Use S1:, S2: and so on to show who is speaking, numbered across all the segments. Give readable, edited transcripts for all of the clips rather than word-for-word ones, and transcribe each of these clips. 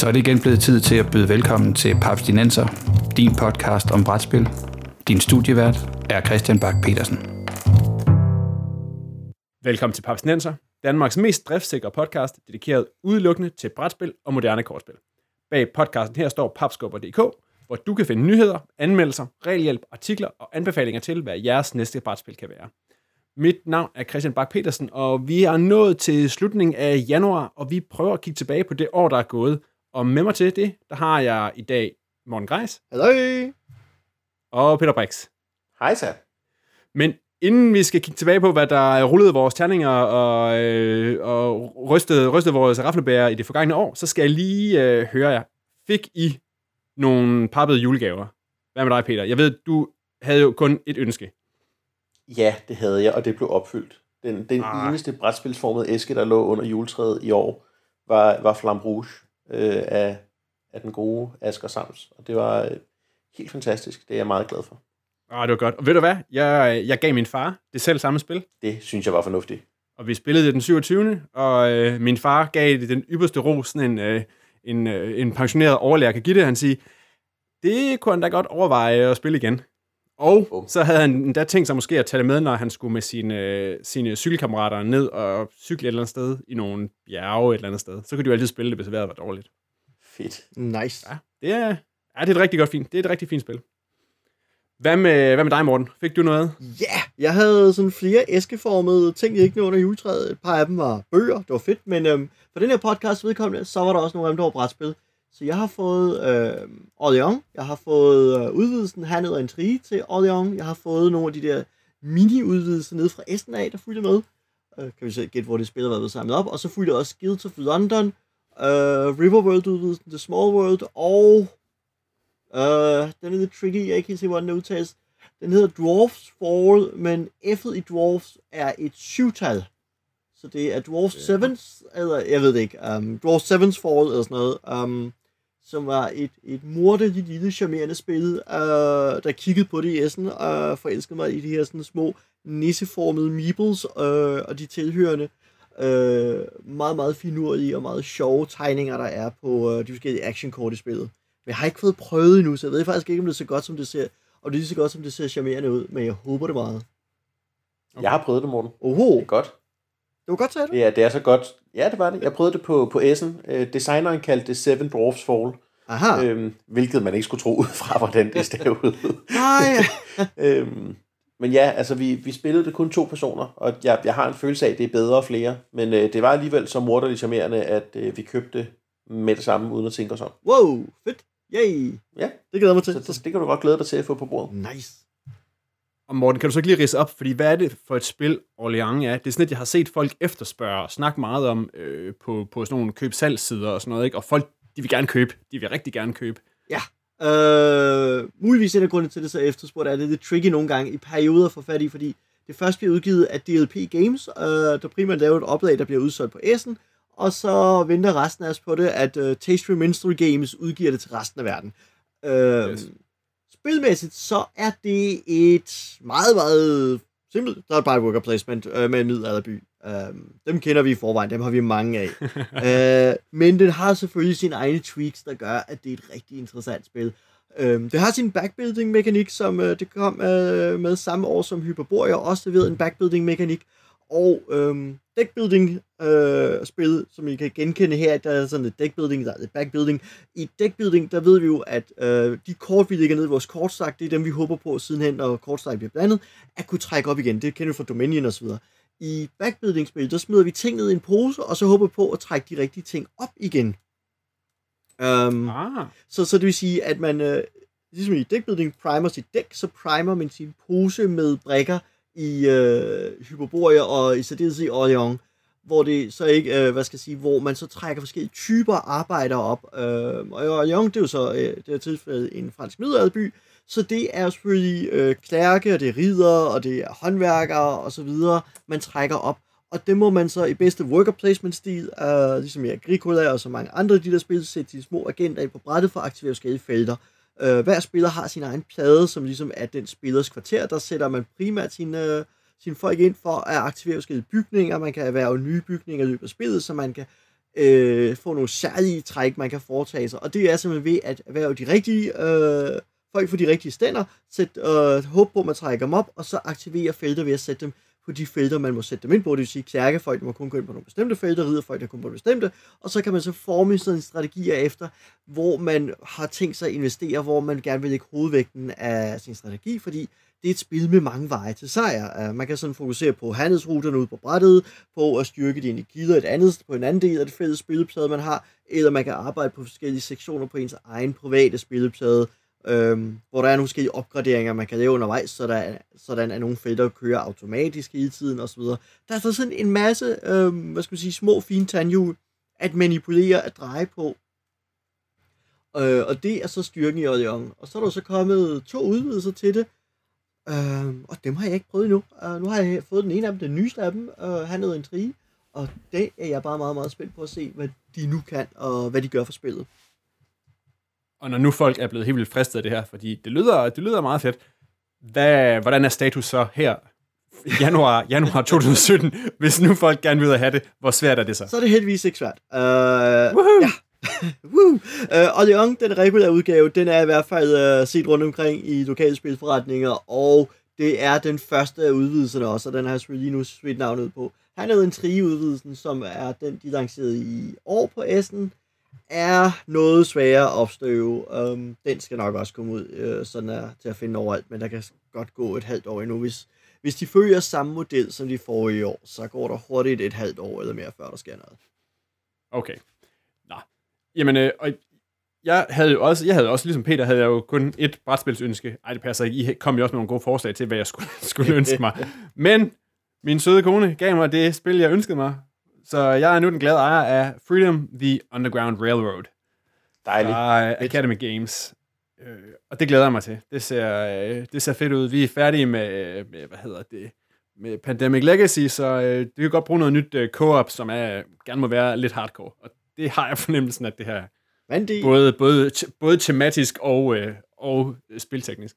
S1: Så er det igen blevet tid til at byde velkommen til Papstinenser, din podcast om brætspil. Din studievært er Christian Bak Petersen.
S2: Velkommen til Papstinenser, Danmarks mest driftsikre podcast, dedikeret udelukkende til brætspil og moderne kortspil. Bag podcasten her står papskubber.dk, hvor du kan finde nyheder, anmeldelser, regelhjælp, artikler og anbefalinger til, hvad jeres næste brætspil kan være. Mit navn er Christian Bak Petersen, og vi er nået til slutningen af januar, og vi prøver at kigge tilbage på det år, der er gået. Og med mig til det, der har jeg i dag Morten Greis.
S3: Hallo.
S2: Og Peter Brix.
S4: Hej så.
S2: Men inden vi skal kigge tilbage på, hvad der rullede vores terninger og rystede vores raflebærer i det forgangne år, så skal jeg lige høre jer. Fik I nogle pappede julegaver? Hvad med dig, Peter? Jeg ved, du havde jo kun et ønske.
S4: Ja, det havde jeg, og det blev opfyldt. Den eneste brætspilsformede æske, der lå under juletræet i år, var Flamme Rouge af den gode Asger Sams. Og det var helt fantastisk. Det er jeg meget glad for.
S2: Det var godt. Og ved du hvad? Jeg gav min far det selv samme spil.
S4: Det synes jeg var fornuftigt.
S2: Og vi spillede det den 27. Og min far gav det den ypperste ros, sådan en pensioneret overlærer kan give det. Han siger, det kunne han da godt overveje at spille igen. Og så havde han endda tænkt sig måske at tage det med, når han skulle med sine cykelkammerater ned og cykle et eller andet sted i nogle bjerge et eller andet sted. Så kunne de jo altid spille det, hvis vejret var dårligt.
S4: Fedt.
S3: Nice.
S2: Ja, det er et rigtig godt fint. Det er et rigtig fint spil. Hvad med dig, Morten? Fik du noget?
S3: Ja, jeg havde sådan flere æskeformede ting, jeg ikke nåede under juletræet. Et par af dem var bøger, det var fedt, men for den her podcast vedkommende, så var der også nogle af dem, der var brætspil. Så jeg har fået Orléans, jeg har fået udvidelsen Handel og Intrige til Orléans, jeg har fået nogle af de der mini-udvidelser nede fra Essen af, der fulgte med. Kan vi se gætte, hvor det spil var blevet samlet op. Og så fulgte også Guilds of London, Riverworld-udvidelsen til Small World, og den er lidt tricky, jeg ikke helt se, hvordan den udtales. Den hedder Dwarfs Fall, men F'et i Dwarfs er et 7-tal. Så det er Dwarfs 7's, eller jeg ved det ikke, Dwarfs 7's Fall eller sådan noget, som var et morderligt lille charmerende spil, der kiggede på det i Essen, og forelskede mig i de her sådan små nisseformede meeples, og de tilhørende meget, meget finurlige og meget sjove tegninger, der er på de forskellige actionkort i spillet. Men jeg har ikke fået prøvet endnu, så jeg ved faktisk ikke, om det er så godt, som det ser, og det er lige så godt, som det ser charmerende ud, men jeg håber det meget.
S4: Okay. Jeg har prøvet det, Morten.
S3: Oho.
S4: Det er godt.
S3: Det var godt, sagde du?
S4: Ja, det er så godt. Ja, det var det. Jeg prøvede det på Essen. Designeren kaldte det Seven Dwarfs Fall.
S3: Aha.
S4: Hvilket man ikke skulle tro ud fra, hvordan det stavede.
S3: Nej.
S4: Men ja, altså vi spillede det kun 2 personer, og jeg har en følelse af, at det er bedre og flere. Men det var alligevel så morderligt charmerende, at vi købte med det samme, uden at tænke os om.
S3: Wow, fedt. Yay.
S4: Ja. Det
S3: glæder mig til.
S4: Så det kan du godt glæde dig til at få på bordet.
S3: Nice.
S2: Og Morten, kan du så ikke lige ridse op, fordi hvad er det for et spil, Orléans er? Det er sådan, at jeg har set folk efterspørge og snakke meget om på sådan nogle køb-salgssider og sådan noget, ikke? Og folk, de vil gerne købe. De vil rigtig gerne købe.
S3: Ja. Muligvis en af grunden til det så efterspurgt er det lidt tricky nogle gange i perioder for fat i, fordi det først bliver udgivet af DLP Games, der primært laver et oplag, der bliver udsolgt på Essen, og så venter resten af os på det, at Taste Minstrel Games udgiver det til resten af verden. Yes. Spilmæssigt, så er det et meget, meget simpelt third-party worker placement med en middelalderby. Dem kender vi i forvejen, dem har vi mange af. Men den har selvfølgelig sine egne tweaks, der gør, at det er et rigtig interessant spil. Det har sin backbuilding-mekanik, som det kom med samme år som Hyperborea, også leverede en backbuilding-mekanik. Og deckbuilding-spil, som I kan genkende her, der er sådan et deckbuilding, der er et backbuilding. I deckbuilding, der ved vi jo, at de kort, vi lægger ned i vores kortstak, det er dem, vi håber på sidenhen, når kortstak bliver blandet, at kunne trække op igen. Det kender vi fra Dominion og så videre. I backbuilding-spil, der smider vi ting ned i en pose, og så håber vi på at trække de rigtige ting op igen. Så det vil sige, at man, ligesom i deckbuilding primer sit dæk, så primer man sin pose med brikker i Hyperborea og i særdeleshed i Orléans, hvor det så ikke, hvor man så trækker forskellige typer arbejdere op. Og Orléans, det er jo så det er tilfældet en fransk middelalderby, så det er selvfølgelig klærke, og det er ridder, og det er håndværkere og så videre, man trækker op. Og det må man så i bedste worker placement stil, ligesom i Agricola og så mange andre af de der spil, sætte de små agenter ind på brættet for at aktivere forskellige felter. Hver spiller har sin egen plade, som ligesom er den spillers kvarter. Der sætter man primært sine folk ind for at aktivere forskellige bygninger. Man kan erhverve nye bygninger i løbet af spillet, så man kan få nogle særlige træk, man kan foretage sig. Og det er simpelthen ved at erhverve de rigtige folk for de rigtige stænder, håb på, at man trækker dem op, og så aktivere felter ved at sætte dem på de felter, man må sætte dem ind på. Det vil sige, kærkefolk må kun gå ind på nogle bestemte felter, ridderfolk der kun på nogle bestemte, og så kan man så forme sådan strategier efter, hvor man har tænkt sig at investere, hvor man gerne vil lægge hovedvægten af sin strategi, fordi det er et spil med mange veje til sejr. Man kan sådan fokusere på handelsruterne ude på brættet, på at styrke de energier på en anden del af det fælles spilleplade, man har, eller man kan arbejde på forskellige sektioner på ens egen private spilleplade, hvor der er nogle forskellige opgraderinger, man kan lave undervejs, sådan at nogle felter kører automatisk hele tiden osv. Der er så sådan en masse, små fine tandhjul at manipulere, at dreje på. Og det er så styrken i Orleans. Og så er der så kommet 2 udvidelser til det, og dem har jeg ikke prøvet endnu. Nu har jeg fået den ene af dem, den nyeste af dem, Han hedder Intrige, og det er jeg bare meget, meget spændt på at se, hvad de nu kan, og hvad de gør for spillet.
S2: Og når nu folk er blevet helt vildt fristet af det her, fordi det lyder meget fedt, hvordan er status så her januar 2017, hvis nu folk gerne vil have det, hvor svært er det så?
S3: Så er det heldigvis ikke svært. Ja. Orleans, den regulære udgave, den er i hvert fald set rundt omkring i lokale spilforretninger, og det er den første af udvidelserne også, og den har jeg selvfølgelig lige nu smidt navnet på. Han er en Intrige-udvidelsen, som er den, de lancerede i år på S'en, er noget sværere at opstøve. Den skal nok også komme ud sådan er til at finde overalt, men der kan godt gå et halvt år endnu. Hvis de følger samme model, som de får i år, så går der hurtigt et halvt år eller mere, før der sker noget.
S2: Okay. Nå. Jamen, og jeg havde også, ligesom Peter, havde jeg jo kun et brætspilsønske. Ej, det passer ikke. I kom jo også med nogle gode forslag til, hvad jeg skulle ønske mig. Men min søde kone gav mig det spil, jeg ønskede mig. Så jeg er nu den glade ejer af Freedom, The Underground Railroad.
S4: Dejligt.
S2: Fra Academy Games. Og det glæder jeg mig til. Det ser fedt ud. Vi er færdige med med Pandemic Legacy, så vi kan godt bruge noget nyt co-op, som gerne må være lidt hardcore. Og det har jeg fornemmelsen, at det her både tematisk og spilteknisk.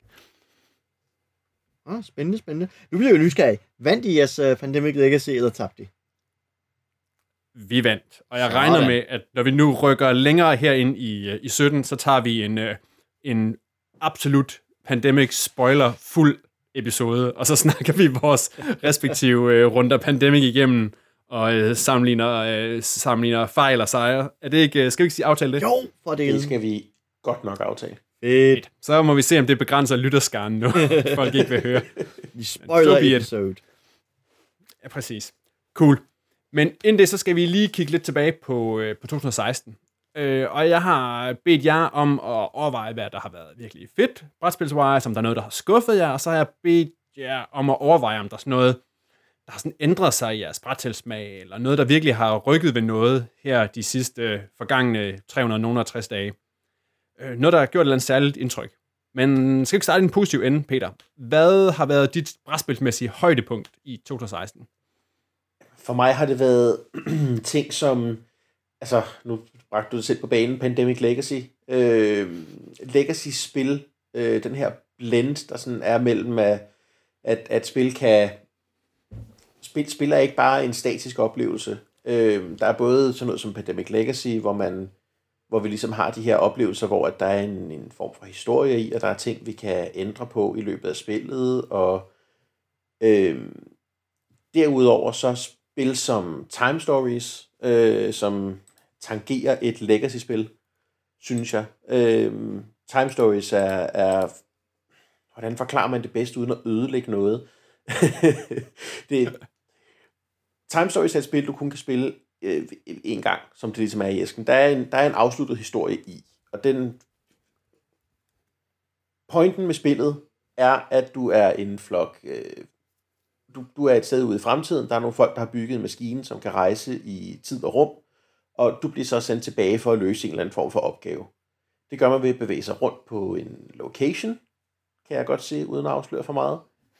S3: Spændende. Nu bliver jeg jo nysgerrig. Vandt I jeres Pandemic Legacy, eller tabte I?
S2: Vi vandt, og jeg regner med, at når vi nu rykker længere herind i 17, så tager vi en absolut Pandemic spoiler fuld episode, og så snakker vi vores respektive runder Pandemic igennem, og sammenligner fejl og sejre. Er det ikke, skal vi ikke sige aftale det?
S3: Jo, for det
S4: skal vi godt nok aftale.
S3: Fedt.
S2: Så må vi se, om det begrænser lytterskaren nu, folk ikke vil høre.
S3: Vi spoiler episode.
S2: Ja, præcis. Cool. Men inden det, så skal vi lige kigge lidt tilbage på 2016. Og jeg har bedt jer om at overveje, hvad der har været virkelig fedt brætspilswise, om der er noget, der har skuffet jer, og så har jeg bedt jer om at overveje, om der er sådan noget, der har sådan ændret sig i jeres brætspilsmag, eller noget, der virkelig har rykket ved noget her de sidste forgangne 360 dage. Noget, der har gjort et eller andet særligt indtryk. Men skal ikke starte i en positiv ende, Peter? Hvad har været dit brætspilsmæssige højdepunkt i 2016?
S4: For mig har det været ting som, altså nu bragte du det selv på banen, Pandemic Legacy. Legacy-spil, den her blend, der sådan er mellem, at spil kan... Spil er ikke bare en statisk oplevelse. Der er både sådan noget som Pandemic Legacy, hvor vi ligesom har de her oplevelser, hvor at der er en form for historie i, og der er ting, vi kan ændre på i løbet af spillet, og derudover så spil som Time Stories, som tangerer et legacy-spil, synes jeg. Time Stories er hvordan forklarer man det bedst, uden at ødelægge noget? Time Stories er et spil, du kun kan spille en gang, som det ligesom er i æsken. Der er en afsluttet historie i, og pointen med spillet er, at du er en flok... Du er et sted ude i fremtiden, der er nogle folk, der har bygget en maskine, som kan rejse i tid og rum, og du bliver så sendt tilbage for at løse en eller anden form for opgave. Det gør man ved at bevæge sig rundt på en location, kan jeg godt se, uden at afsløre for meget.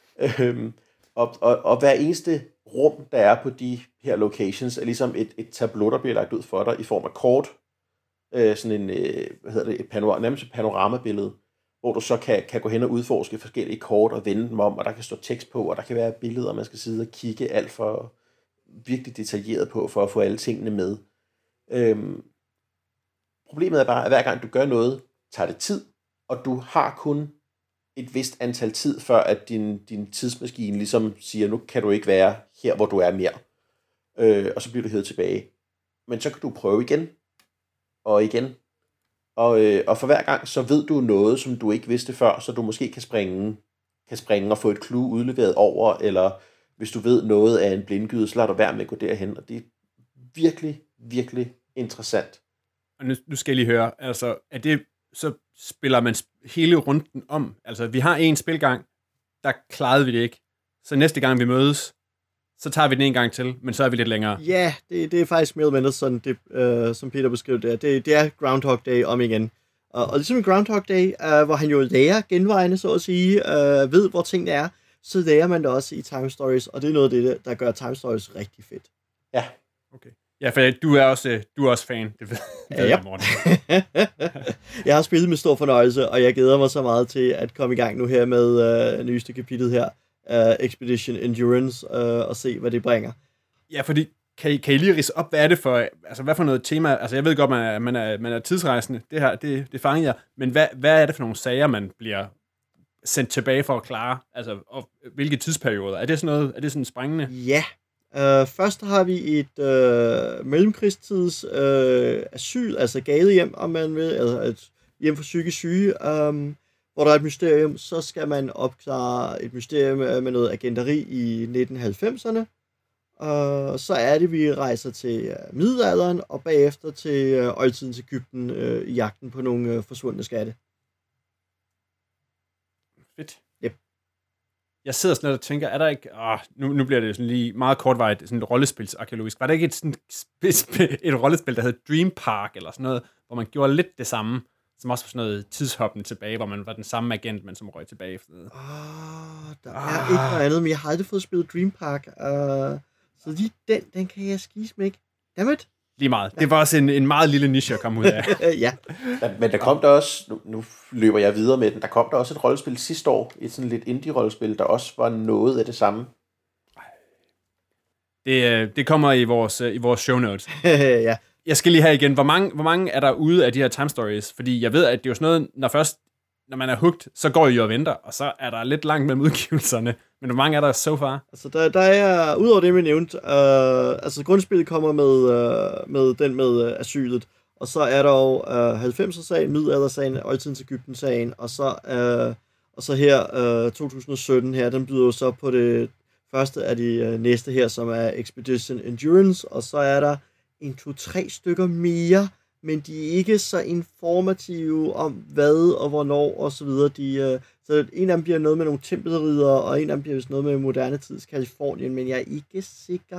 S4: Og hver eneste rum, der er på de her locations, er ligesom et tableau, der bliver lagt ud for dig i form af kort. Sådan en, nærmest et panoramabillede, hvor du så kan gå hen og udforske forskellige kort og vende dem om, og der kan stå tekst på, og der kan være billeder, man skal sidde og kigge alt for virkelig detaljeret på, for at få alle tingene med. Problemet er bare, at hver gang du gør noget, tager det tid, og du har kun et vist antal tid, før at din tidsmaskine ligesom siger, nu kan du ikke være her, hvor du er mere. Og så bliver du hævet tilbage. Men så kan du prøve igen, og igen. Og for hver gang, så ved du noget, som du ikke vidste før, så du måske kan springe og få et clue udleveret over, eller hvis du ved noget af en blindgyde, så lader du være med at gå derhen. Og det er virkelig, virkelig interessant.
S2: Og nu skal jeg lige høre, altså, er det, så spiller man hele runden om? Altså, vi har en spilgang, der klarede vi det ikke. Så næste gang vi mødes, så tager vi den en gang til, men så er vi lidt længere.
S3: Ja, det er faktisk mere eller mindre sådan, det, som Peter beskrev det. Det er Groundhog Day om igen. Og ligesom i Groundhog Day, hvor han jo lærer genvejene, så at sige, ved hvor tingene er, så lærer man det også i Time Stories, og det er noget af det, der gør Time Stories rigtig fedt.
S4: Ja.
S2: Okay. Ja, for du er også fan, det ved jeg, Morten.
S3: Jeg har spillet med stor fornøjelse, og jeg glæder mig så meget til at komme i gang nu her med nyeste kapitlet her, Expedition Endurance, og se, hvad det bringer.
S2: Ja, fordi kan I lige ridse op, hvad er det for, altså hvad for noget tema, altså jeg ved godt, man er tidsrejsende, det her, det fanger jeg, men hvad er det for nogle sager, man bliver sendt tilbage for at klare, altså og hvilke tidsperioder, er det sådan sprængende?
S3: Ja, først har vi et mellemkrigstids asyl, altså gadehjem, om man vil, altså et hjem for psykisk syge, hvor der er et mysterium, så skal man opklare et mysterium med noget agenteri i 1990'erne. Så er det, vi rejser til middelalderen, og bagefter til oldtidens Egypten i jagten på nogle forsvundne skatte.
S2: Fedt.
S3: Yep.
S2: Jeg sidder sådan og tænker, er der ikke... Nu bliver det sådan lige meget kortvarigt, sådan et rollespilsarkeologisk. Var der ikke et rollespil, der hed Dream Park, eller sådan noget, hvor man gjorde lidt det samme, som også var sådan noget tidshoppen tilbage, hvor man var den samme agent, men som røg tilbage efter det?
S3: Der er ikke noget andet, men jeg har aldrig fået spillet Dream Park. Så lige den kan jeg skise med ikke. Dammit.
S2: Lige meget. Det var også en meget lille niche at komme ud af.
S3: Ja.
S4: Men der kom der også, nu løber jeg videre med den, der kom der også et rollespil sidste år, et sådan lidt indie-rollespil, der også var noget af det samme.
S2: Det kommer i vores show notes.
S3: Ja.
S2: Jeg skal lige have igen, hvor mange er der ude af de her time stories? Fordi jeg ved, at det er jo sådan noget, når man er hooked, så går I jo og venter, og så er der lidt langt mellem udgivelserne. Men hvor mange er der so far?
S3: Altså, der er, udover det, vi nævnte, altså grundspillet kommer med den med asylet, og så er der jo 90'er-sagen, middelalder-sagen, oldtidens Egypten-sagen, og så her 2017 her, den byder jo så på det første af de næste her, som er Expedition Endurance, og så er der 2-3 stykker mere, men de er ikke så informative om hvad og hvornår og så videre. Så en af dem bliver noget med nogle tempelriddere, og en af dem bliver noget med moderne tids Californien, men jeg er ikke sikker.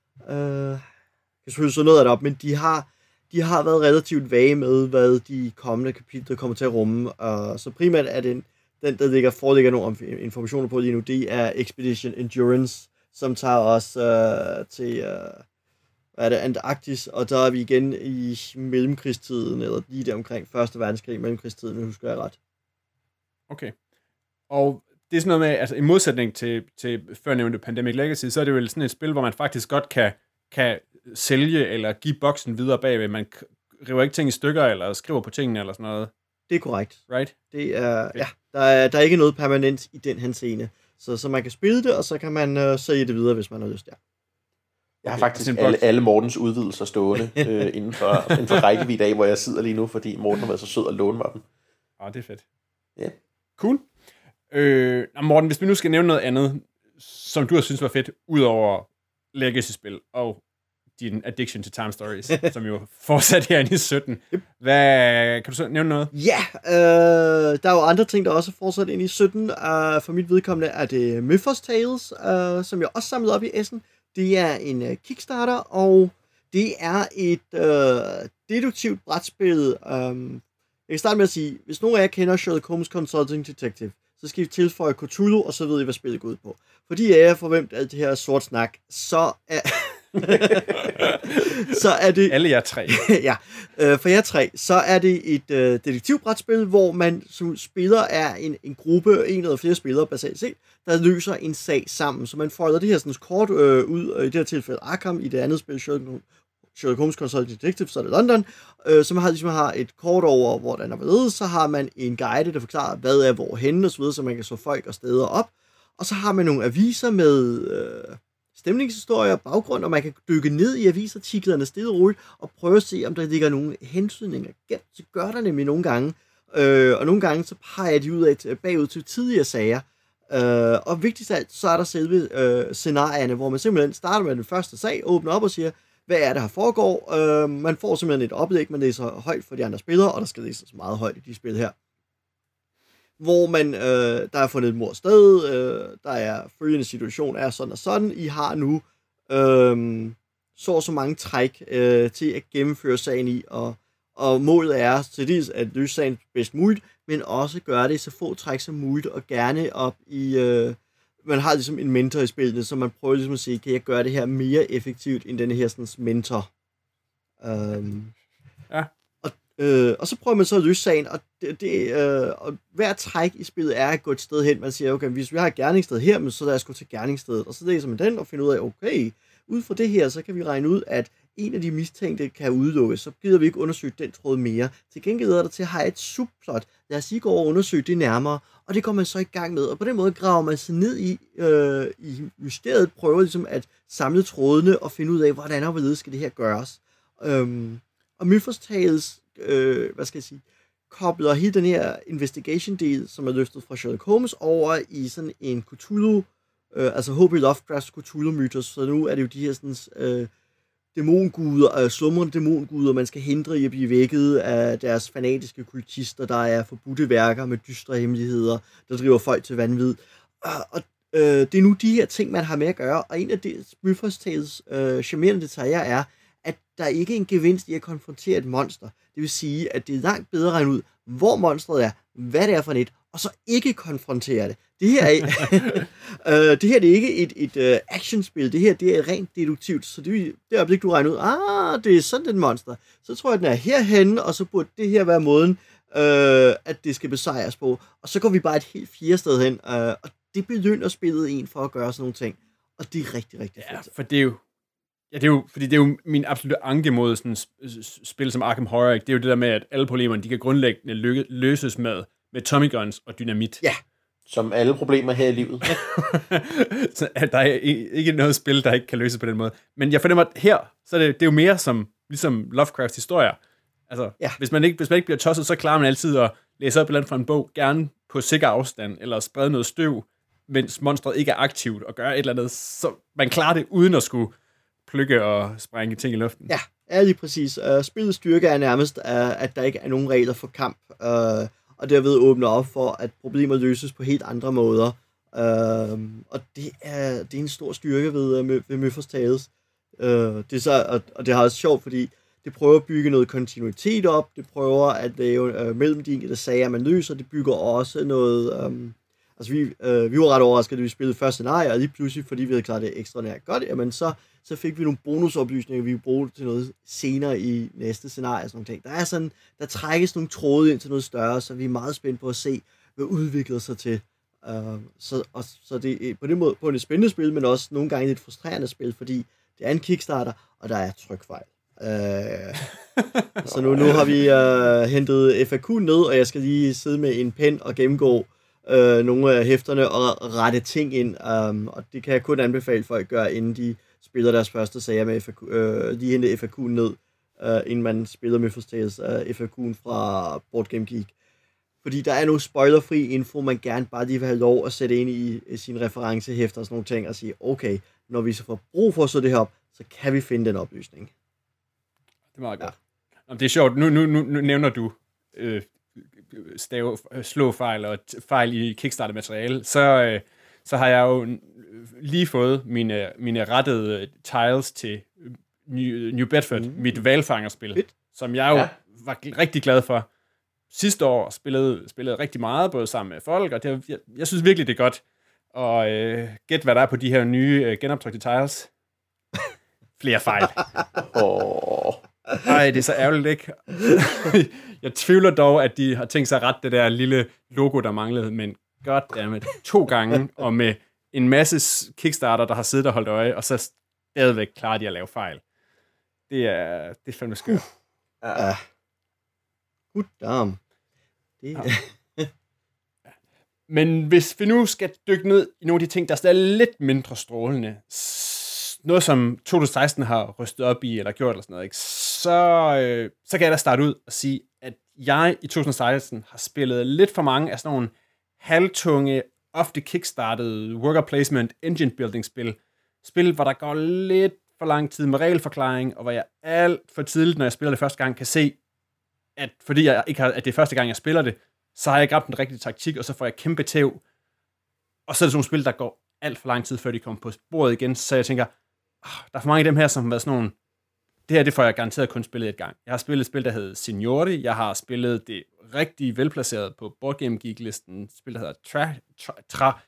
S3: Jeg kan selvfølgelig så noget af det op, men de har været relativt vage med, hvad de kommende kapitler kommer til at rumme. Så primært er den der foreligger nogle informationer på lige nu, det er Expedition Endurance, som tager os til... er det Antarktis, og der er vi igen i mellemkrigstiden, eller lige der omkring 1. verdenskrig, mellemkrigstiden, husker jeg ret.
S2: Okay. Og det er sådan noget med, altså i modsætning til førnævnte Pandemic Legacy, så er det jo sådan et spil, hvor man faktisk godt kan sælge, eller give boksen videre bagved. Man river ikke ting i stykker, eller skriver på tingene, eller sådan noget.
S3: Det er korrekt.
S2: Right?
S3: Det er, ja, der er ikke noget permanent i den henseende. Så man kan spille det, og så kan man sælge det videre, hvis man har lyst der.
S4: Jeg har faktisk alle Mortens udvidelser stående inden for rækkevidde af, hvor jeg sidder lige nu, fordi Morten har været så sød at låne mig dem.
S2: Det er fedt.
S4: Ja. Yeah.
S2: Cool. Morten, hvis vi nu skal nævne noget andet, som du har synes var fedt, udover Legacy-spil og din addiction til time stories, som jo fortsat herinde i 17. Kan du så nævne noget?
S3: Ja, der er jo andre ting, der også er fortsat ind i 17. For mit vedkommende er det Mythos Tales, som jeg også samlede op i Essen. Det er en Kickstarter, og det er et deduktivt brætspil. Jeg kan starte med at sige, hvis nogen af jer kender Sherlock Holmes Consulting Detective, så skal I tilføje Cthulhu, og så ved I, hvad spillet går ud på. Fordi af jer for hvem alt det her sort snak, så er... så er det...
S2: Alle jer tre.
S3: Ja, for jer tre, så er det et detektivbrætspil, hvor man som spiller er en gruppe, en eller flere spillere basalt set, der løser en sag sammen. Så man folder det her sådan kort ud, i det her tilfælde Arkham, i det andet spil Sherlock Holmes Consulting Detective, så er det London, som har et kort over, hvordan der var så har man en guide, der forklarer, hvad er hvorhenne, og så videre, så man kan slå folk og steder op. Og så har man nogle aviser med stemningshistorier og baggrund, og man kan dykke ned i avisartiklerne stille og roligt, og prøve at se, om der ligger nogle hensynninger gemt. Så gør der nemlig nogle gange. Og nogle gange, så peger de bagud til tidligere sager. Og vigtigst af alt, så er der selve scenarierne, hvor man simpelthen starter med den første sag, åbner op og siger, hvad er det her foregår? Man får simpelthen et oplæg, man læser højt for de andre spillere, og der skal læses meget højt i de spil her. Hvor man, der er fundet et mord sted, der er følgende situation, er sådan og sådan, I har nu så mange træk til at gennemføre sagen i, og målet er til dels at løse sagen bedst muligt, men også gøre det i så få træk som muligt, og gerne op i, man har ligesom en mentor i spillene, så man prøver ligesom at sige, kan jeg gøre det her mere effektivt end denne her sådan, mentor.
S2: Ja.
S3: Og så prøver man så at løse sagen, og hver træk i spillet er at gå et sted hen. Man siger, okay, hvis vi har et gerningssted her, men så lad os gå til gerningsstedet, og så læser man den og finder ud af, okay, ud fra det her, så kan vi regne ud, at en af de mistænkte kan udelukkes, så gider vi ikke undersøge den tråd mere. Til gengæld er der til at have et subplot. Lad os lige gå over og undersøge det nærmere, og det går man så i gang med, og på den måde graver man sig ned i mysteriet, prøver ligesom at samle trådene og finde ud af, hvordan og hvorledes skal det her gøres. Og Mythos Tales, kobler hele den her investigation-del, som er løftet fra Sherlock Holmes, over i sådan en Cthulhu, altså H.P. Lovecrafts Cthulhu-mytos, så nu er det jo de her sådan, dæmonguder, slumrende dæmonguder, man skal hindre i at blive vækket af deres fanatiske kultister, der er forbudte værker med dystre hemmeligheder, der driver folk til vanvid. Og det er nu de her ting, man har med at gøre, og en af de Mythos Tales charmerende detaljer er, at der ikke er en gevinst i at konfrontere et monster. Det vil sige, at det er langt bedre at regne ud, hvor monstret er, hvad det er for et, og så ikke konfrontere det. Det her det er ikke et actionspil, det her det er rent deduktivt, så det øjeblik, du regner ud, det er sådan et monster, så tror jeg, den er herhenne, og så burde det her være måden, at det skal besejres på, og så går vi bare et helt fjerde sted hen, og det belønner spillet en for at gøre sådan nogle ting, og det er rigtig, rigtig fedt.
S2: Ja, for det er jo min absolutte anke mod sådan spil som Arkham Horror. Det er jo det der med, at alle problemerne, de kan grundlæggende løses med Tommy Guns og dynamit.
S3: Ja.
S4: Som alle problemer her i livet.
S2: Så der er ikke noget spil, der ikke kan løses på den måde. Men jeg fornemmer, at her, så er det er jo mere som ligesom Lovecrafts historier. Altså, ja. hvis man ikke bliver tosset, så klarer man altid at læse op et eller andet fra en bog, gerne på sikker afstand, eller sprede noget støv, mens monstret ikke er aktivt, og gøre et eller andet, så man klarer det uden at skulle plukke og sprænge ting i luften.
S3: Ja, lige præcis. Spillets styrke er nærmest, at der ikke er nogen regler for kamp, og derved åbner op for, at problemer løses på helt andre måder. Og det er en stor styrke ved Mythos Tales. Det er så, og det har også sjovt, fordi det prøver at bygge noget kontinuitet op, det prøver at lave mellem de enkelte sager, man løser, det bygger også noget... vi var ret overrasket, at vi spillede første scenarie, og lige pludselig, fordi vi havde klaret det ekstraordinært godt, jamen så fik vi nogle bonusoplysninger, vi kunne bruge til noget senere i næste scenarie og sådan noget. Der trækkes nogle tråde ind til noget større, så vi er meget spændt på at se, hvad udvikler sig til. Så det er på den måde på et spændende spil, men også nogle gange et frustrerende spil, fordi det er en Kickstarter, og der er trykfejl. Så nu har vi hentet FAQ ned, og jeg skal lige sidde med en pen og gennemgå nogle af hæfterne og rette ting ind, og det kan jeg kun anbefale folk at gøre, inden de spiller deres første sager med FAQ, lige hente FAQ'en ned, inden man spiller Mythos Tales FAQ'en fra Board Game Geek. Fordi der er nogle spoilerfri info, man gerne bare lige vil have lov at sætte ind i sine referencehæfter og sådan nogle ting, og sige, okay, når vi så får brug for at sætte det her op, så kan vi finde den oplysning.
S2: Det er meget godt. Ja. Det er sjovt, nu nævner du slå fejl og fejl i Kickstarter-materiale, så har jeg jo lige fået mine rettede tiles til New Bedford, mit hvalfangerspil, som jeg jo var rigtig glad for. Sidste år spillede rigtig meget, både sammen med folk, og jeg synes virkelig, det er godt. Og gæt, hvad der er på de her nye genoptrykte tiles. Flere fejl. Ej, det er så ærgerligt, ikke? Jeg tvivler dog, at de har tænkt sig at rette det der lille logo, der manglede, men goddammit, 2 gange, og med en masse Kickstarter, der har siddet og holdt øje, og så stadigvæk klarer de at lave fejl. Det er fandme skørt.
S3: Good damn. Det...
S2: Ja. Men hvis vi nu skal dykke ned i nogle af de ting, der er lidt mindre strålende, noget som 2016 har rystet op i, eller gjort eller sådan noget, ikke? Så kan jeg da starte ud og sige, at jeg i 2016 har spillet lidt for mange af sådan nogle halvtunge, ofte kickstartede worker placement, engine building spil, hvor der går lidt for lang tid med regelforklaring, og hvor jeg alt for tidligt, når jeg spiller det første gang, kan se, at fordi jeg ikke har, at det er første gang, jeg spiller det, så har jeg ikke ramt den rigtige taktik, og så får jeg kæmpe tæv. Og så er det sådan nogle spil, der går alt for lang tid, før de kommer på sporet igen, så jeg tænker, der er for mange af dem her, som har været sådan nogle, det her, det får jeg garanteret kun spillet et gang. Jeg har spillet et spil, der hedder Signori, jeg har spillet det rigtig velplaceret på Board Game Geek-listen, et spil, der hedder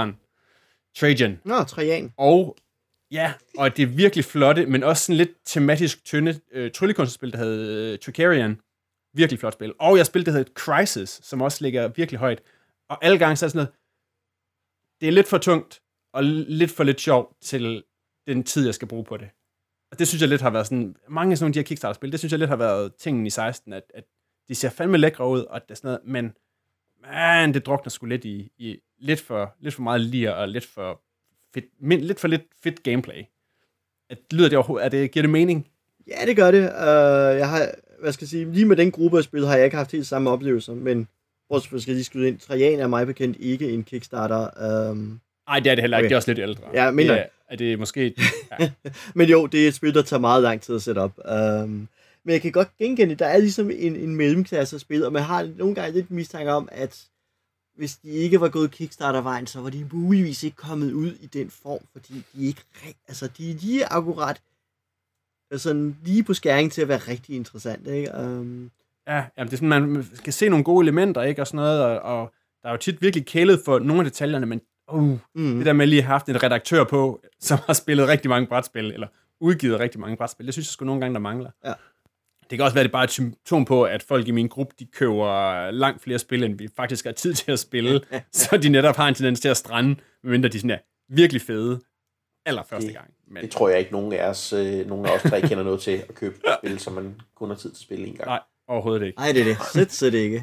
S2: Trajan.
S3: Nå, Trajan.
S2: Og ja, og det er virkelig flotte, men også sådan lidt tematisk tynde tryllekunstspil, der hedder Tricarian. Virkelig flot spil. Og jeg spillede det hedder Crisis, som også ligger virkelig højt. Og alle gange så er sådan noget, det er lidt for tungt, og lidt for lidt sjovt til den tid, jeg skal bruge på det. Og det synes jeg lidt har været sådan, mange af sådan nogle af de her Kickstarter-spil, det synes jeg lidt har været tingen i 16, at de ser fandme lækre ud, og det er sådan noget, men det drukner sgu lidt i lidt for meget lir, og lidt for lidt fedt gameplay. Lyder det overhovedet, giver det mening?
S3: Ja, det gør det. Jeg har, lige med den gruppe af spil har jeg ikke haft helt samme oplevelser, men hvor skal de skyde ind? Trajan er mig bekendt ikke en Kickstarter.
S2: Nej, det er det heller ikke. Okay. Det er også lidt ældre.
S3: Ja, men
S2: er det måske... Ja.
S3: Men jo, det er et spil, der tager meget lang tid at sætte op. Men jeg kan godt genkende, der er ligesom en mellemklasse af spil, og man har nogle gange lidt mistanke om, at hvis de ikke var gået Kickstarter-vejen, så var de muligvis ikke kommet ud i den form, fordi de ikke de er lige akkurat sådan lige på skæring til at være rigtig interessant, ikke?
S2: Ja, det er sådan, man kan se nogle gode elementer, ikke? Og sådan noget, og der er jo tit virkelig kælet for nogle af detaljerne, men det der med lige at have haft en redaktør på, som har spillet rigtig mange brætspil, eller udgivet rigtig mange brætspil, det synes jeg sgu nogle gange, der mangler.
S3: Ja.
S2: Det kan også være, det er bare et symptom på, at folk i min gruppe, de køber langt flere spil, end vi faktisk har tid til at spille, så de netop har en tendens til at strande, medmindre de sådan er virkelig fede allerførste gang.
S4: Men det tror jeg ikke, nogen af os tre kender noget til at købe spil, som man kun har tid til at spille en gang.
S2: Nej, overhovedet ikke.
S3: Nej, det er det. Slet ikke.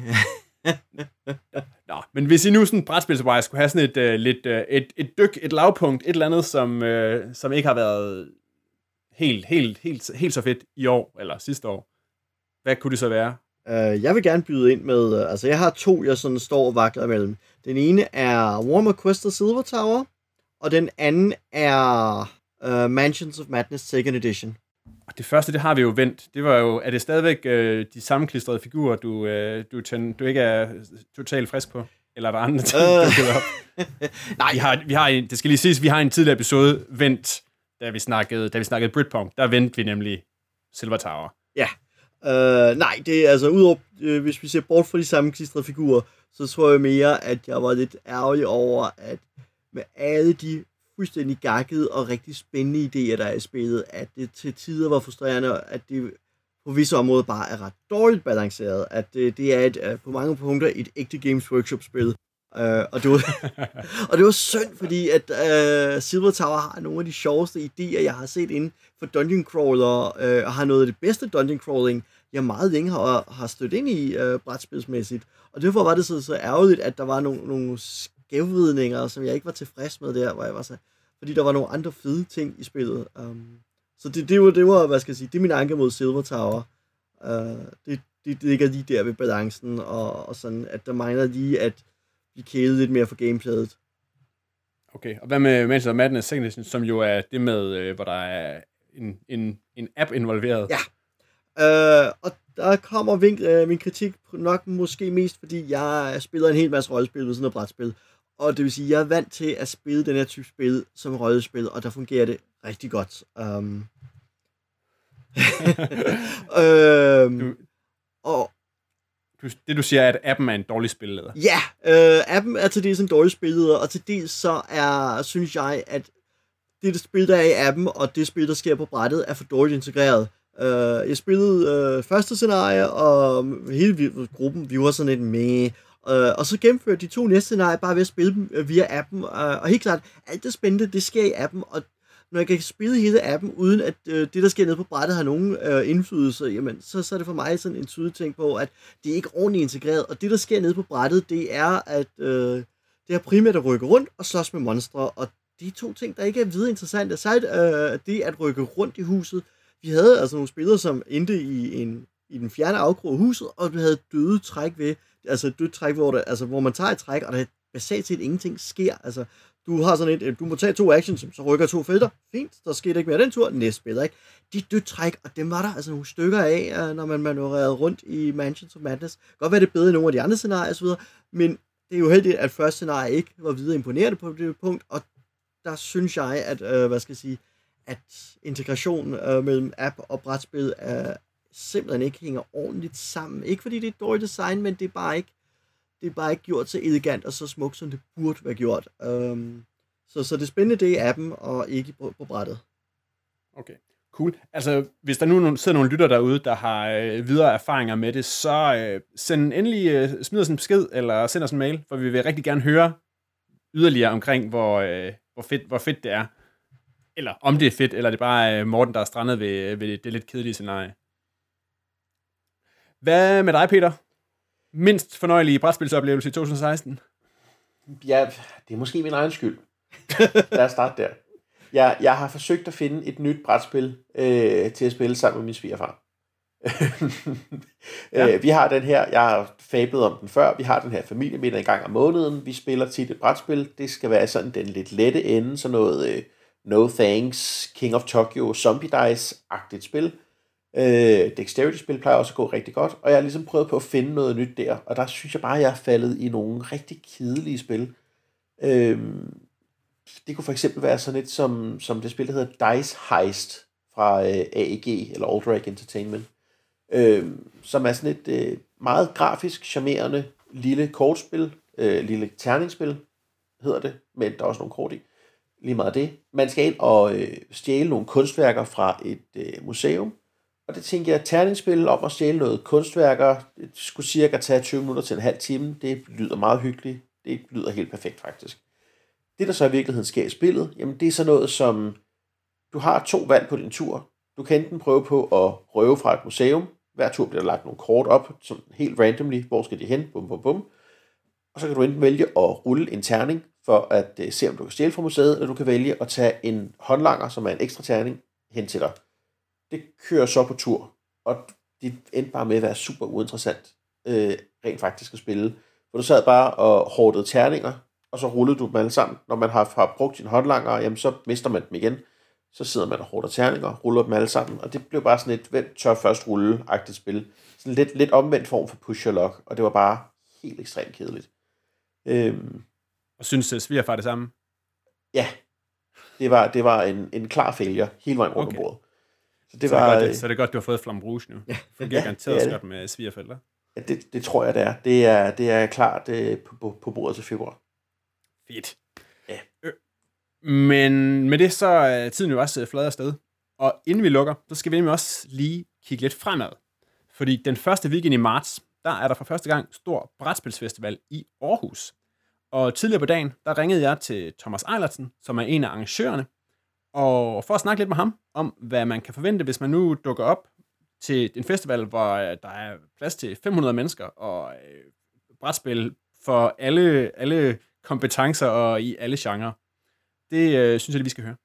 S2: Nå, men hvis I nu sådan brætspilsvej skulle have sådan et dyk, et lavpunkt, et eller andet, som ikke har været helt så fedt i år, eller sidste år, hvad kunne det så være?
S3: Jeg vil gerne byde ind med, jeg har 2, jeg sådan står og vakler imellem. Den ene er Warhammer Quest of Silver Tower, og den anden er Mansions of Madness Second Edition.
S2: Og det første, det har vi jo vendt. Det var jo, er det stadigvæk de sammenklistrede figurer, du ikke er totalt frisk på? Eller er der andre ting, du kan op? Nej. Vi har det skal lige siges, vi har en tidligere episode vendt, da vi snakkede Britpunk. Der vendte vi nemlig Silver Tower.
S3: Ja. Nej, det er altså, udover, hvis vi ser bort fra de sammenklistrede figurer, så tror jeg mere, at jeg var lidt ærgerlig over, at med alle de fuldstændig gakkede og rigtig spændende idéer, der er i spillet, at det til tider var frustrerende, at det på visse områder bare er ret dårligt balanceret, at det er på mange punkter et ægte Games Workshop-spil. Og det var synd, fordi at Silver Tower har nogle af de sjoveste idéer, jeg har set inden for Dungeon Crawler, og har noget af det bedste Dungeon Crawling, jeg meget længe har stødt ind i brætspilsmæssigt. Og derfor var det så ærgerligt, at der var nogle skævvridninger, som jeg ikke var tilfreds med der, hvor jeg var så, fordi der var nogle andre fede ting i spillet. Så det var, hvad skal jeg sige, det er min anke mod Silver Tower. Det ligger lige der ved balancen, og sådan, at der mangler lige at blive kælet lidt mere for gameplayet.
S2: Okay, og hvad med Mansions of Madness Second Edition, som jo er det med, hvor der er en app involveret?
S3: Ja, og der kommer min kritik nok måske mest, fordi jeg spiller en hel masse rollespil ved sådan noget brætspil. Og det vil sige, at jeg er vant til at spille den her type spil som rollespil, og der fungerer det rigtig godt.
S2: Det du siger er, at appen er en dårlig spilleder.
S3: Ja, appen er til dels en dårlig spilleder, og til dels så synes jeg, at det spil, der er i appen, og det spil, der sker på brættet, er for dårligt integreret. Jeg spillede første scenarie, og hele gruppen, vi var sådan lidt med. Og så gennemførte de 2 næste scenarier bare ved at spille dem via appen. Og helt klart, alt det spændende, det sker i appen, og når jeg kan spille hele appen, uden at det, der sker nede på brættet, har nogen indflydelse, jamen, så er det for mig sådan en tydeligt ting på, at det er ikke ordentligt integreret. Og det, der sker nede på brættet, det er, at det er primært at rykke rundt og slås med monstre, og de 2 ting, der ikke er videre interessante, særligt det at rykke rundt i huset. Vi havde altså nogle spillere, som endte i den fjerne afkrog af huset, og vi havde døde træk ved, altså et dødt træk, hvor man tager et træk, og der basalt set ingenting sker. Altså, du har sådan du må tage 2 actions, så rykker 2 felter. Fint, der skete ikke mere den tur. Næste spiller, ikke? De dødt træk, og dem var der altså nogle stykker af, når man manøvrerede rundt i Mansions of Madness. Godt være det bedre i nogle af de andre scenarier osv., men det er jo heldigt, at første scenarie ikke var videre imponerende på det punkt, og der synes jeg, at, at integrationen mellem app og brætspil simpelthen ikke hænger ordentligt sammen. Ikke fordi det er et dårligt design, men det er bare ikke gjort så elegant og så smukt, som det burde være gjort. Så det spændende, det er appen, og ikke på brættet.
S2: Okay, cool. Altså, hvis der nu sidder nogle lytter derude, der har videre erfaringer med det, så send endelig, smid os en besked, eller send os en mail, for vi vil rigtig gerne høre yderligere omkring, hvor fedt det er. Eller om det er fedt, eller det er bare Morten, der er strandet ved det lidt kedelige scenarie. Hvad med dig, Peter? Mindst fornøjelige brætspilsoplevelse i 2016?
S4: Ja, det er måske min egen skyld. Lad os starte der. Jeg har forsøgt at finde et nyt brætspil til at spille sammen med min svigerfar. Ja. Vi har den her, jeg har fablet om den før, vi har den her familiemiddag en gang om måneden, vi spiller tit et brætspil, det skal være sådan den lidt lette ende, sådan noget No Thanks, King of Tokyo, Zombie Dice-agtigt spil. Dexterity-spil plejer også at gå rigtig godt, og jeg har ligesom prøvet på at finde noget nyt der, og der synes jeg bare, at jeg er faldet i nogle rigtig kedelige spil. Det kunne for eksempel være sådan et som det spil, der hedder Dice Heist fra AEG, eller Alderac Entertainment, som er sådan et meget grafisk, charmerende lille kortspil, lille terningsspil, hedder det, men der er også nogle kort i. Lige meget det. Man skal ind og stjæle nogle kunstværker fra et museum, og det tænker jeg, terningsspil om at stjæle noget kunstværker, det skulle cirka tage 20 minutter til en halv time, det lyder meget hyggeligt, det lyder helt perfekt faktisk. Det der så i virkeligheden sker i spillet, jamen det er sådan noget som, du har 2 valg på din tur, du kan enten prøve på at røve fra et museum, hver tur bliver der lagt nogle kort op, som helt randomly, hvor skal de hen, bum bum bum, og så kan du enten vælge at rulle en terning, for at se om du kan stjæle fra museet, eller du kan vælge at tage en håndlanger, som er en ekstra terning, hen til dig. Det kører så på tur, og det endte bare med at være super uinteressant, rent faktisk at spille. For du sad bare og hårdede terninger, og så rullede du dem alle sammen. Når man har brugt sin håndlanger, jamen så mister man dem igen. Så sidder man og hårder terninger, ruller dem alle sammen, og det blev bare sådan et, hvem tør først rulle-agtigt spil. Sådan lidt omvendt form for push your luck, og det var bare helt ekstremt kedeligt.
S2: Og synes svigerfar det samme?
S4: Ja, det var en klar failure, hele vejen rundt om bordet. Så det
S2: så det er godt, du har fået Flamme Rouge nu. Ja. Fungerer garanteret også godt med svigerforældre.
S4: Ja, det tror jeg, det er. Det er klart på bordet til februar.
S2: Fedt. Ja. Men med det, så er tiden jo også flad afsted. Og inden vi lukker, så skal vi nemlig også lige kigge lidt fremad. Fordi den første weekend i marts, der er der for første gang stor brætspilsfestival i Aarhus. Og tidligere på dagen, der ringede jeg til Thomas Eilertsen, som er en af arrangørerne, og for at snakke lidt med ham om, hvad man kan forvente, hvis man nu dukker op til en festival, hvor der er plads til 500 mennesker, og brætspil for alle kompetencer og i alle genrer. Det synes jeg, vi skal høre.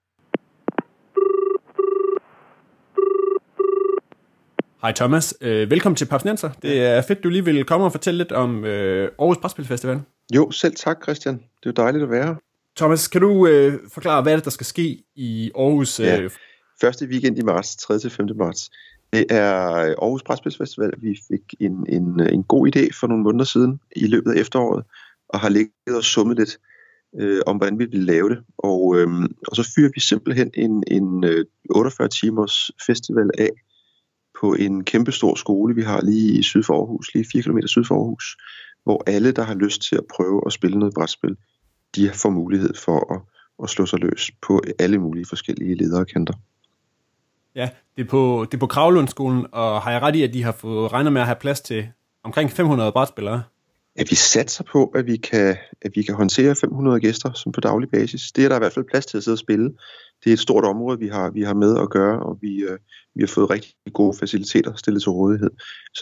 S2: Hej Thomas, velkommen til Papsnenser. Det er fedt, du lige vil komme og fortælle lidt om Aarhus Brætspilfestival.
S5: Jo, selv tak Christian. Det er jo dejligt at være her.
S2: Thomas, kan du forklare, hvad er det, der skal ske i Aarhus?
S5: Første weekend i marts, 3. til 5. marts. Det er Aarhus Brætspilsfestival. Vi fik en god idé for nogle måneder siden i løbet af efteråret, og har ligget og summet lidt om, hvordan vi ville lave det. Og så fyrer vi simpelthen en 48 timers festival af på en kæmpestor skole, vi har lige syd for Aarhus, lige 4 km syd for Aarhus, hvor alle, der har lyst til at prøve at spille noget brætspil, de får mulighed for at slå sig løs på alle mulige forskellige ledere og kanter.
S2: Ja, det er på Kravlundskolen, og har jeg ret i, at de har fået regnet med at have plads til omkring 500 brætspillere?
S5: at vi satser på, at vi kan håndtere 500 gæster som på daglig basis. Det er der i hvert fald plads til at sidde og spille. Det er et stort område, vi har med at gøre, og vi har fået rigtig gode faciliteter stillet til rådighed. Så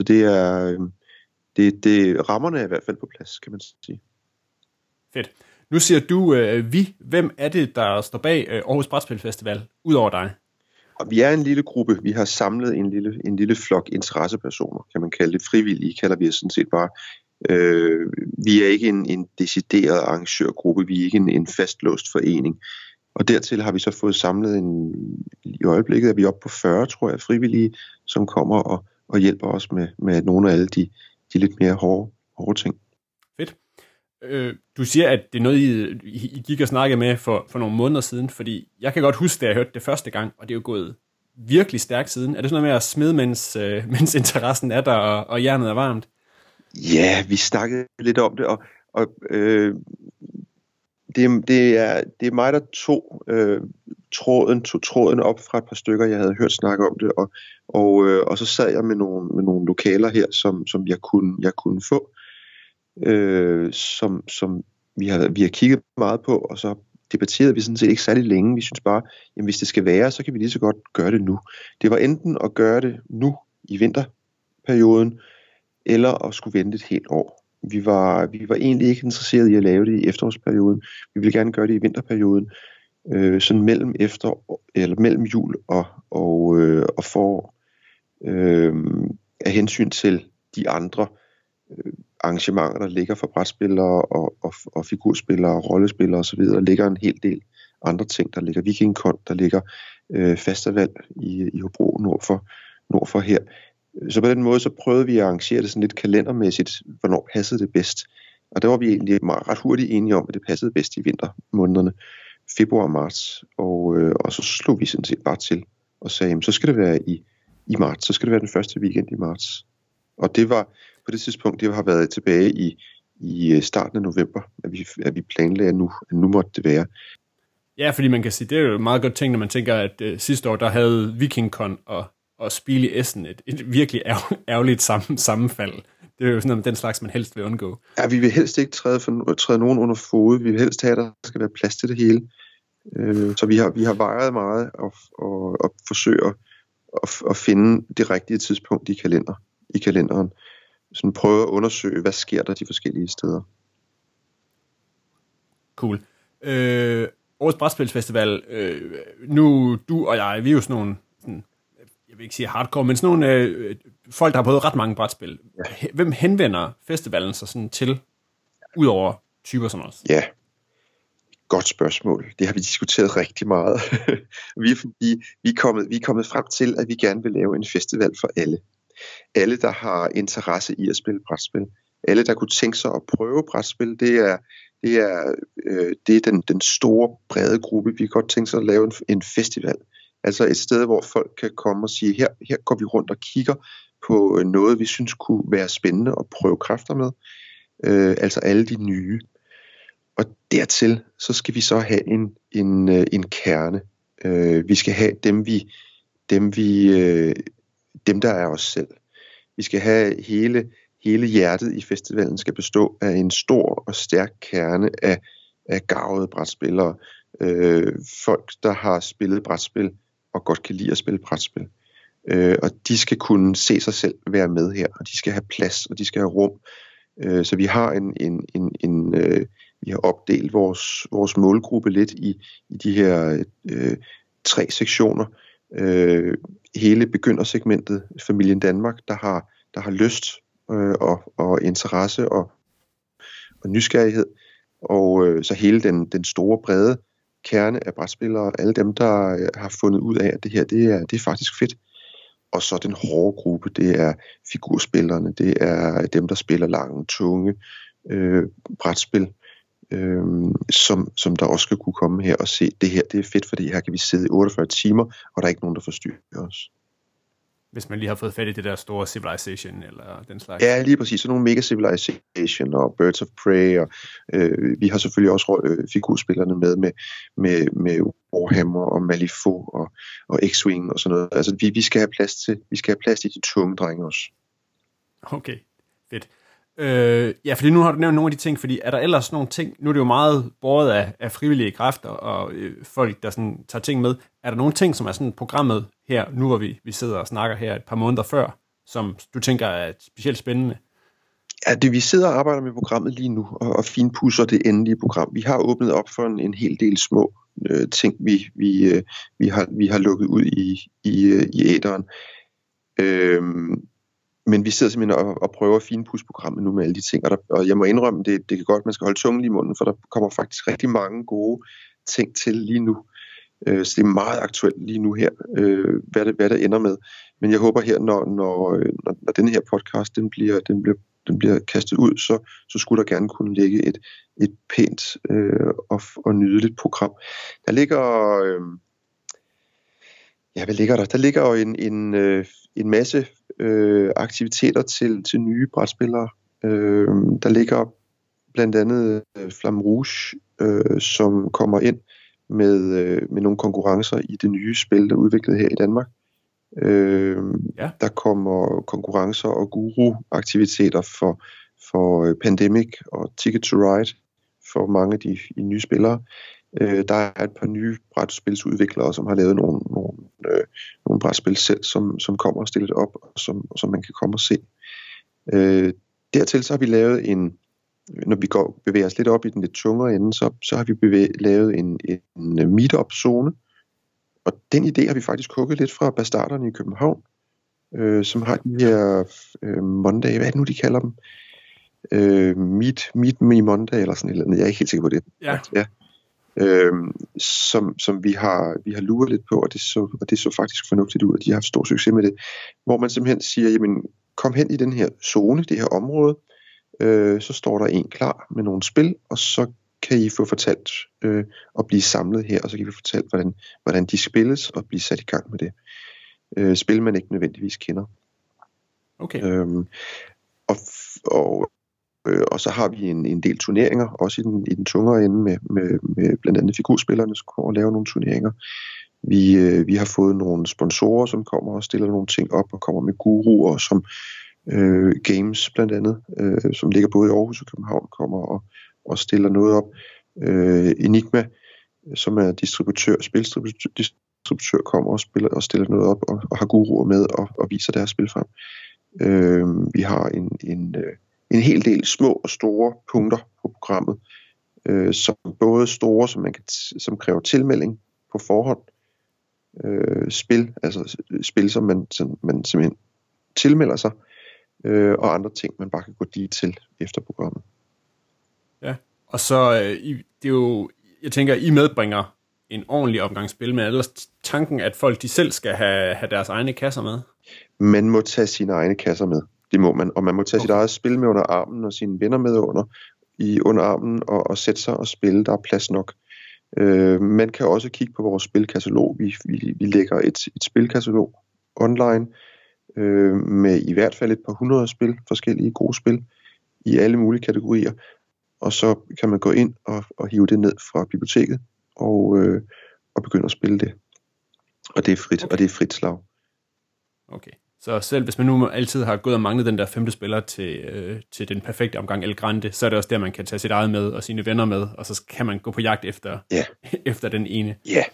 S5: det rammerne er i hvert fald på plads, kan man sige.
S2: Fedt. Nu siger du vi. Hvem er det, der står bag Aarhus Brætspil Festival, ud over dig?
S5: Og vi er en lille gruppe. Vi har samlet en lille flok interessepersoner, kan man kalde det. Frivillige kalder vi sådan set bare. Vi er ikke en decideret arrangørgruppe. Vi er ikke en fastlåst forening. Og dertil har vi så fået samlet i øjeblikket er vi oppe på 40, tror jeg, frivillige, som kommer og hjælper os med nogle af alle de lidt mere hårde ting.
S2: Fedt. Du siger, at det er noget, I gik og snakkede med for nogle måneder siden, fordi jeg kan godt huske, da jeg hørte det første gang, og det er jo gået virkelig stærkt siden. Er det sådan noget med at smide, mens interessen er der, og jernet er varmt?
S5: Ja, vi snakkede lidt om det, og det er mig, der tog tråden op fra et par stykker, jeg havde hørt snakke om det, og så sad jeg med nogle lokaler her, som jeg kunne få, som vi har kigget meget på, og så debatterede vi sådan set ikke særlig længe. Vi synes bare, jamen hvis det skal være, så kan vi lige så godt gøre det nu. Det var enten at gøre det nu i vinterperioden, eller at skulle vente et helt år. Vi var egentlig ikke interesseret i at lave det i efterårsperioden. Vi ville gerne gøre det i vinterperioden, sådan mellem jul og forår, af hensyn til de andre arrangementer, der ligger for brætspillere og figurspillere og rollespillere osv. Der ligger en hel del andre ting. Der ligger Vikingkon, der ligger Fastervalg i Hobro nord for her. Så på den måde så prøvede vi at arrangere det sådan lidt kalendermæssigt, hvornår passede det bedst. Og der var vi egentlig ret hurtigt enige om, at det passede bedst i vintermånederne, februar og marts. Og så slog vi sådan set bare til og sagde, jamen, så skal det være i marts, så skal det være den første weekend i marts. Og det var på det tidspunkt, det har været tilbage i starten af november, at vi planlagde, at nu måtte det være.
S2: Ja, fordi man kan sige, det er jo et meget godt ting, når man tænker, at sidste år, der havde Vikingkon og Spil i Essen et virkelig ærgerligt sammenfald. Det er jo sådan noget, den slags, man helst vil undgå.
S5: Ja, vi vil helst ikke træde nogen under fod. Vi vil helst have, at der skal være plads til det hele. Så vi har vejet meget og forsøger at finde det rigtige tidspunkt i kalenderen. Sådan prøve at undersøge, hvad sker der de forskellige steder.
S2: Cool. Aarhus Brætspilsfestival, nu du og jeg, vi er jo sådan nogle, jeg vil ikke sige hardcore, men sådan nogle folk, der har prøvet ret mange brætspil. Ja. Hvem henvender festivalen sig sådan til, udover typer som os?
S5: Ja, godt spørgsmål. Det har vi diskuteret rigtig meget. Vi er kommet frem til, at vi gerne vil lave en festival for alle. Alle, der har interesse i at spille brætspil. Alle, der kunne tænke sig at prøve brætspil, det er den store, brede gruppe. Vi kan godt tænke sig at lave en festival. Altså et sted, hvor folk kan komme og sige, her går vi rundt og kigger på noget, vi synes kunne være spændende at prøve kræfter med. Altså alle de nye. Og dertil, så skal vi så have en kerne. Vi skal have dem, der er os selv. Vi skal have hele hjertet i festivalen skal bestå af en stor og stærk kerne af garvede brætspillere. Folk, der har spillet brætspil og godt kan lide at spille brætspil. Og de skal kunne se sig selv være med her, og de skal have plads, og de skal have rum. Så vi har vi har opdelt vores målgruppe lidt i de her 3 sektioner. Hele begyndersegmentet, familien Danmark, der har lyst og interesse og nysgerrighed, og så hele den store brede kerne af brætspillere, alle dem, der har fundet ud af, at det her, det er faktisk fedt. Og så den hårde gruppe, det er figurspillerne, det er dem, der spiller lange, tunge brætspil, som der også skal kunne komme her og se, det her, det er fedt, fordi her kan vi sidde i 48 timer, og der er ikke nogen, der forstyrrer os.
S2: Hvis man lige har fået fat i det der store Civilization eller den slags.
S5: Ja, lige præcis. Så nogle Mega Civilization og Birds of Prey, og vi har selvfølgelig også figurspillerne med Warhammer og Malifaux og X-Wing og sådan noget. Altså vi skal have plads til de tunge drenge også.
S2: Okay, fedt. Ja, fordi nu har du nævnt nogle af de ting, fordi er der ellers nogle ting, nu er det jo meget båret af frivillige kræfter og folk, der sådan tager ting med. Er der nogle ting, som er sådan programmet her, nu hvor vi sidder og snakker her et par måneder før, som du tænker er specielt spændende?
S5: Ja, vi sidder og arbejder med programmet lige nu, og finpudser det endelige program. Vi har åbnet op for en hel del små ting, vi har lukket ud i æteren. Men vi sidder simpelthen og prøver at finpudse programmet nu med alle de ting. Og jeg må indrømme, det kan godt, man skal holde tungen i munden, for der kommer faktisk rigtig mange gode ting til lige nu. Så det er meget aktuelt lige nu her, hvad det ender med. Men jeg håber her, når denne her podcast den bliver kastet ud, så skulle der gerne kunne ligge et pænt og nydeligt program. Der ligger hvad ligger der? Der ligger jo en masse aktiviteter til nye brætspillere. Der ligger blandt andet Flamme Rouge, som kommer ind med nogle konkurrencer i det nye spil, der er udviklet her i Danmark. Der kommer konkurrencer og guru-aktiviteter for Pandemic og Ticket to Ride for mange af de nye spillere. Der er et par nye brætspilsudviklere, som har lavet nogle brætspil selv, som kommer og stillet op, og som man kan komme og se. Dertil så har vi lavet når vi bevæger os lidt op i den lidt tungere ende, så har vi lavet en meetup-zone. Og den idé har vi faktisk hugget lidt fra Bastarderne i København, som har de her Monday, hvad er det nu, de kalder dem? Meet Me Monday, eller sådan et eller andet. Jeg er ikke helt sikker på det. Ja. Som vi har luret lidt på, og det så faktisk fornuftigt ud, og de har haft stor succes med det. Hvor man simpelthen siger, jamen, kom hen i den her zone, det her område, så står der en klar med nogle spil, og så kan I få fortalt og blive samlet her, og så kan vi fortælle, hvordan de spilles, og blive sat i gang med det. Spil, man ikke nødvendigvis kender.
S2: Okay.
S5: Og så har vi en del turneringer, også i den tungere ende, med blandt andet figurspillerne, som kommer og laver nogle turneringer. Vi har fået nogle sponsorer, som kommer og stiller nogle ting op, og kommer med guruer, som Games blandt andet, som ligger både i Aarhus og København, kommer og stiller noget op. Enigma, som er spildistributør, kommer og stiller noget op, og har guruer med og viser deres spil frem. Vi har en hel del små og store punkter på programmet, som både store, som kræver tilmelding på forhånd, spil, som man simpelthen tilmelder sig, og andre ting, man bare kan gå til efter programmet.
S2: Ja, og så det er jo, jeg tænker, I medbringer en ordentlig omgang spil, men ellers tanken, at folk de selv skal have deres egne kasser med?
S5: Man må tage sine egne kasser med. Det må man, og man må tage sit eget spil med under armen, og sine venner med under armen, og sætte sig og spille. Der er plads nok. Man kan også kigge på vores spilkatalog. Vi lægger et spilkatalog online, med i hvert fald et par 100 spil, forskellige gode spil, i alle mulige kategorier. Og så kan man gå ind og hive det ned fra biblioteket, og begynde at spille det. Og det er frit, og det er frit slag.
S2: Okay. Så selv hvis man nu altid har gået og manglet den der 5. spiller til den perfekte omgang El Grande, så er det også der, man kan tage sit eget med og sine venner med, og så kan man gå på jagt efter den ene. Ja,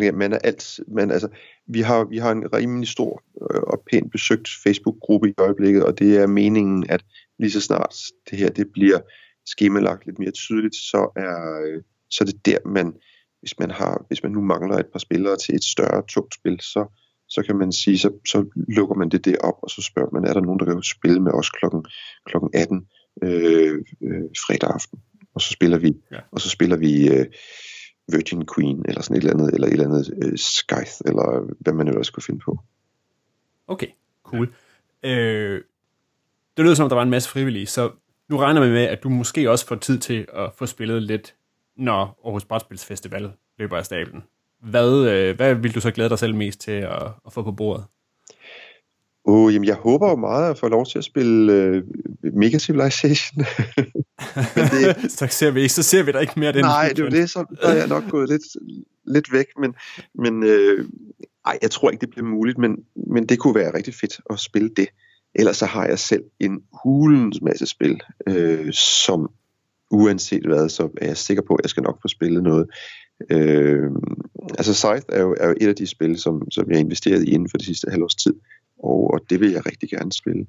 S5: vi har en rimelig stor og pænt besøgt Facebook-gruppe i øjeblikket, og det er meningen, at lige så snart det her det bliver skemalagt lidt mere tydeligt, så er det der, hvis man nu mangler et par spillere til et større tungt spil, så kan man sige, så lukker man det op, og så spørger man, er der nogen, der kan spille med os klokken 18 fredag aften, og så spiller vi, Virgin Queen, eller sådan et eller andet Scythe, eller hvad man ellers kunne finde på.
S2: Okay, cool. Det lyder som, der var en masse frivillige, så nu regner vi med, at du måske også får tid til at få spillet lidt, når Aarhus Brætspilsfestival løber af stablen. Hvad vil du så glæde dig selv mest til at få på bordet?
S5: Jamen, jeg håber jo meget at få lov til at spille Mega Civilization.
S2: Så ser vi da ikke mere den.
S5: Nej, det er jo det, så der er jeg nok gået lidt væk, men jeg tror ikke, det bliver muligt, men det kunne være rigtig fedt at spille det. Ellers så har jeg selv en hulens masse spil, som uanset hvad, så er jeg sikker på, at jeg skal nok få spillet noget. Altså Scythe er jo et af de spil, som jeg investerede i inden for det sidste halvårs tid, og det vil jeg rigtig gerne spille.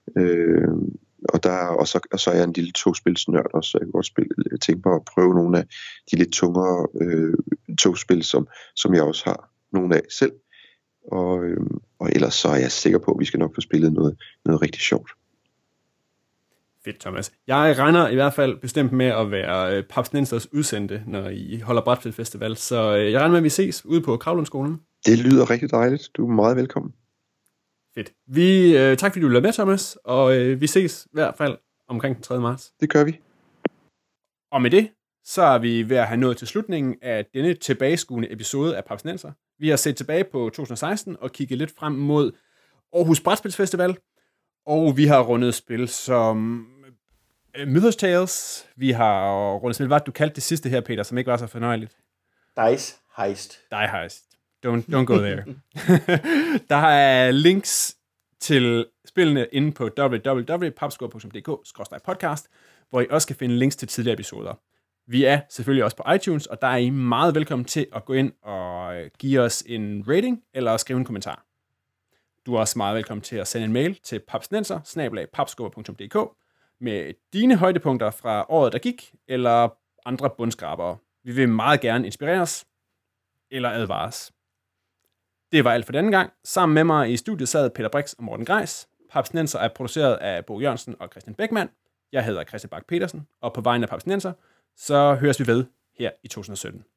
S5: Og så er jeg en lille togspilsnørd også, så jeg kan godt tænke mig at prøve nogle af de lidt tungere togspil, som jeg også har nogle af selv. Og ellers så er jeg sikker på, at vi skal nok få spillet noget rigtig sjovt.
S2: Fedt, Thomas. Jeg regner i hvert fald bestemt med at være Papsnensers udsendte, når I holder Brætspilfestival, så jeg regner med, at vi ses ude på Kravlundskolen.
S5: Det lyder rigtig dejligt. Du er meget velkommen.
S2: Fedt. Tak fordi du lavede med, Thomas, og vi ses i hvert fald omkring den 3. marts.
S5: Det gør vi.
S2: Og med det, så er vi ved at have nået til slutningen af denne tilbageskuende episode af Papsnenser. Vi har set tilbage på 2016 og kigget lidt frem mod Aarhus Brætspilsfestival, og vi har rundet spil som Mythos Tales. Vi har rundet spil, hvad du kaldte det sidste her, Peter, som ikke var så fornøjeligt.
S4: Dice Heist.
S2: Die Heist. Don't go there. Der er links til spillene inde på www.papskubber.dk/podcast, hvor I også kan finde links til tidligere episoder. Vi er selvfølgelig også på iTunes, og der er I meget velkommen til at gå ind og give os en rating eller skrive en kommentar. Du er også meget velkommen til at sende en mail til papsnenser@papskubber.dk med dine højdepunkter fra året, der gik, eller andre bundskrabere. Vi vil meget gerne inspireres eller advares. Det var alt for denne gang. Sammen med mig i studiet sad Peter Brix og Morten Greis. Papsnenser er produceret af Bo Jørgensen og Christian Beckmann. Jeg hedder Christian Bak Petersen, og på vegne af Papsnenser, så høres vi ved her i 2017.